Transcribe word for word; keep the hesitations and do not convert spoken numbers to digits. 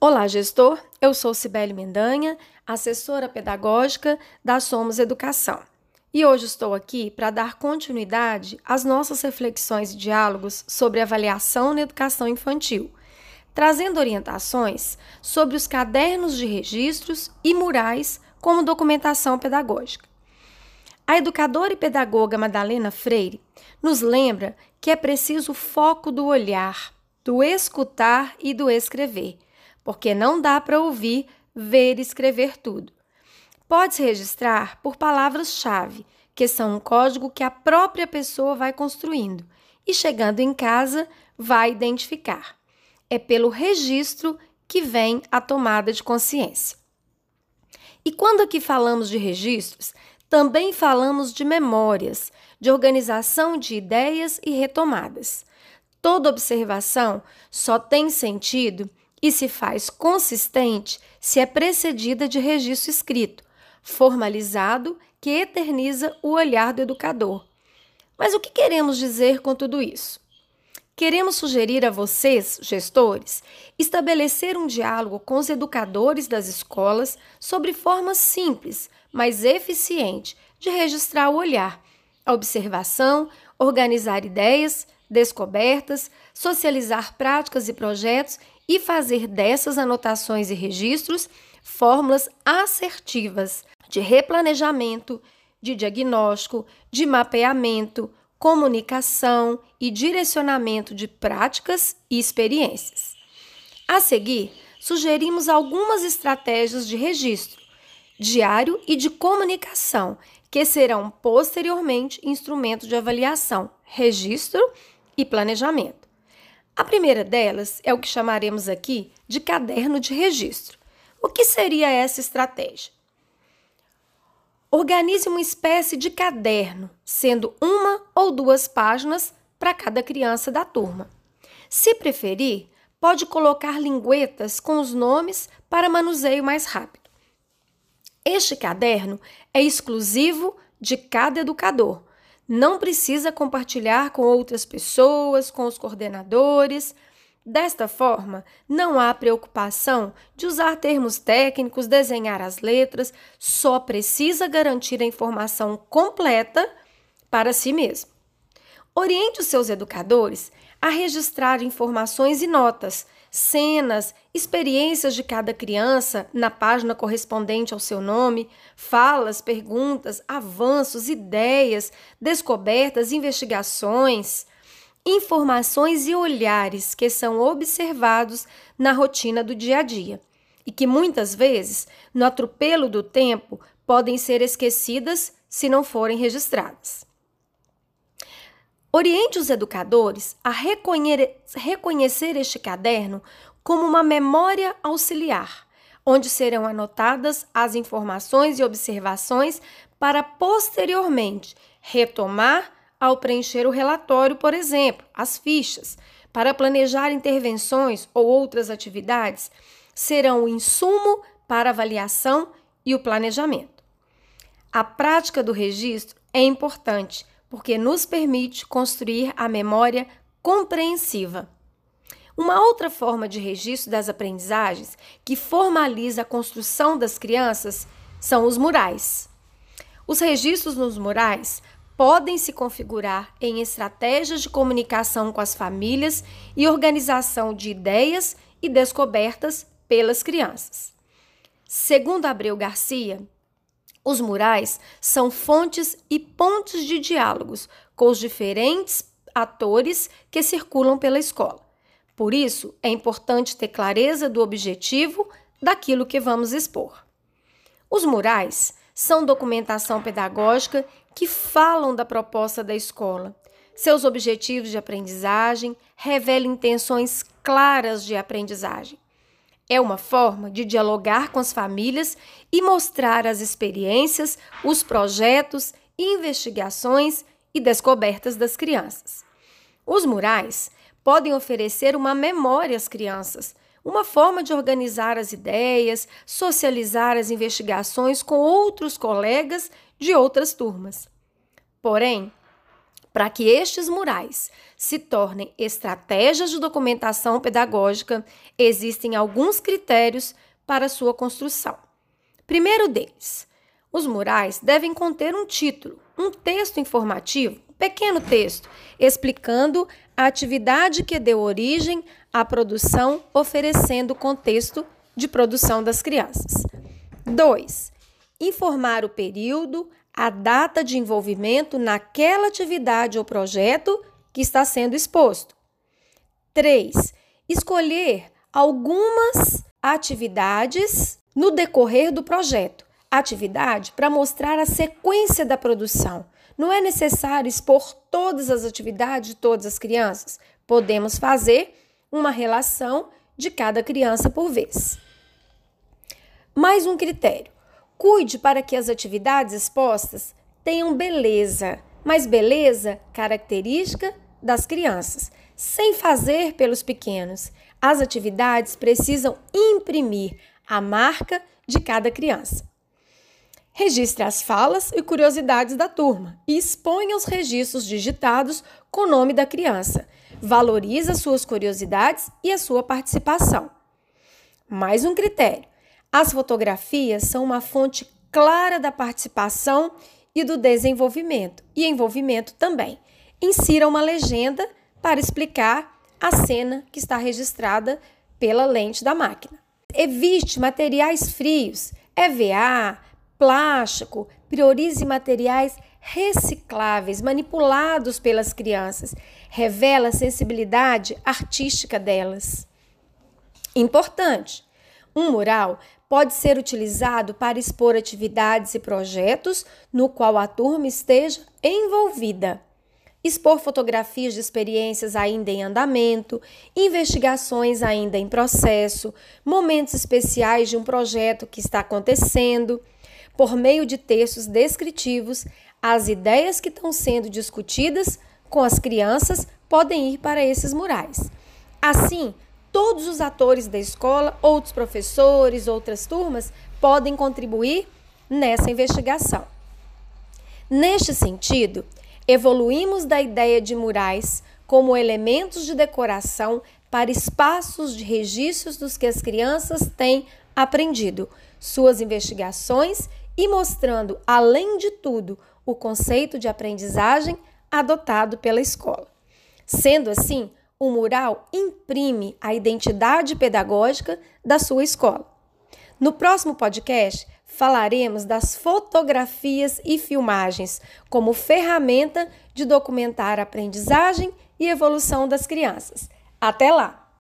Olá, gestor. Eu sou Cibele Mendanha, assessora pedagógica da Somos Educação. E hoje estou aqui para dar continuidade às nossas reflexões e diálogos sobre avaliação na educação infantil, trazendo orientações sobre os cadernos de registros e murais como documentação pedagógica. A educadora e pedagoga Madalena Freire nos lembra que é preciso o foco do olhar, do escutar e do escrever, porque não dá para ouvir, ver e escrever tudo. Pode-se registrar por palavras-chave, que são um código que a própria pessoa vai construindo e, chegando em casa, vai identificar. É pelo registro que vem a tomada de consciência. E quando aqui falamos de registros, também falamos de memórias, de organização de ideias e retomadas. Toda observação só tem sentido e se faz consistente se é precedida de registro escrito, formalizado, que eterniza o olhar do educador. Mas o que queremos dizer com tudo isso? Queremos sugerir a vocês, gestores, estabelecer um diálogo com os educadores das escolas sobre formas simples, mas eficiente de registrar o olhar, a observação, organizar ideias, descobertas, socializar práticas e projetos e fazer dessas anotações e registros fórmulas assertivas de replanejamento, de diagnóstico, de mapeamento, comunicação e direcionamento de práticas e experiências. A seguir, sugerimos algumas estratégias de registro, diário e de comunicação, que serão posteriormente instrumentos de avaliação, registro e planejamento. A primeira delas é o que chamaremos aqui de caderno de registro. O que seria essa estratégia? Organize uma espécie de caderno, sendo uma ou duas páginas para cada criança da turma. Se preferir, pode colocar linguetas com os nomes para manuseio mais rápido. Este caderno é exclusivo de cada educador. Não precisa compartilhar com outras pessoas, com os coordenadores. Desta forma, não há preocupação de usar termos técnicos, desenhar as letras, só precisa garantir a informação completa para si mesmo. Oriente os seus educadores a registrar informações e notas, cenas, experiências de cada criança na página correspondente ao seu nome, falas, perguntas, avanços, ideias, descobertas, investigações, informações e olhares que são observados na rotina do dia a dia e que muitas vezes, no atropelo do tempo, podem ser esquecidas se não forem registradas. Oriente os educadores a reconhecer este caderno como uma memória auxiliar, onde serão anotadas as informações e observações para posteriormente retomar ao preencher o relatório, por exemplo, as fichas, para planejar intervenções ou outras atividades, serão o insumo para a avaliação e o planejamento. A prática do registro é importante, porque nos permite construir a memória compreensiva. Uma outra forma de registro das aprendizagens que formaliza a construção das crianças são os murais. Os registros nos murais podem se configurar em estratégias de comunicação com as famílias e organização de ideias e descobertas pelas crianças. Segundo Abreu Garcia, os murais são fontes e pontes de diálogos com os diferentes atores que circulam pela escola. Por isso, é importante ter clareza do objetivo daquilo que vamos expor. Os murais são documentação pedagógica que falam da proposta da escola, seus objetivos de aprendizagem, revelam intenções claras de aprendizagem. É uma forma de dialogar com as famílias e mostrar as experiências, os projetos, investigações e descobertas das crianças. Os murais podem oferecer uma memória às crianças, uma forma de organizar as ideias, socializar as investigações com outros colegas de outras turmas. Porém, Para que estes murais se tornem estratégias de documentação pedagógica, existem alguns critérios para sua construção. Primeiro deles, os murais devem conter um título, um texto informativo, um pequeno texto, explicando a atividade que deu origem à produção, oferecendo o contexto de produção das crianças. dois. Informar o período, a data de envolvimento naquela atividade ou projeto que está sendo exposto. três. Escolher algumas atividades no decorrer do projeto. Atividade para mostrar a sequência da produção. Não é necessário expor todas as atividades de todas as crianças. Podemos fazer uma relação de cada criança por vez. Mais um critério. Cuide para que as atividades expostas tenham beleza, mas beleza característica das crianças, sem fazer pelos pequenos. As atividades precisam imprimir a marca de cada criança. Registre as falas e curiosidades da turma e exponha os registros digitados com o nome da criança. Valorize as suas curiosidades e a sua participação. Mais um critério. As fotografias são uma fonte clara da participação e do desenvolvimento, e envolvimento também. Insira uma legenda para explicar a cena que está registrada pela lente da máquina. Evite materiais frios, E V A, plástico, priorize materiais recicláveis, manipulados pelas crianças. Revela a sensibilidade artística delas. Importante, um mural pode ser utilizado para expor atividades e projetos no qual a turma esteja envolvida. Expor fotografias de experiências ainda em andamento, investigações ainda em processo, momentos especiais de um projeto que está acontecendo. Por meio de textos descritivos, as ideias que estão sendo discutidas com as crianças podem ir para esses murais. Assim, todos os atores da escola, outros professores, outras turmas, podem contribuir nessa investigação. Neste sentido, evoluímos da ideia de murais como elementos de decoração para espaços de registros dos que as crianças têm aprendido, suas investigações e mostrando, além de tudo, o conceito de aprendizagem adotado pela escola. Sendo assim, o mural imprime a identidade pedagógica da sua escola. No próximo podcast, falaremos das fotografias e filmagens como ferramenta de documentar a aprendizagem e evolução das crianças. Até lá!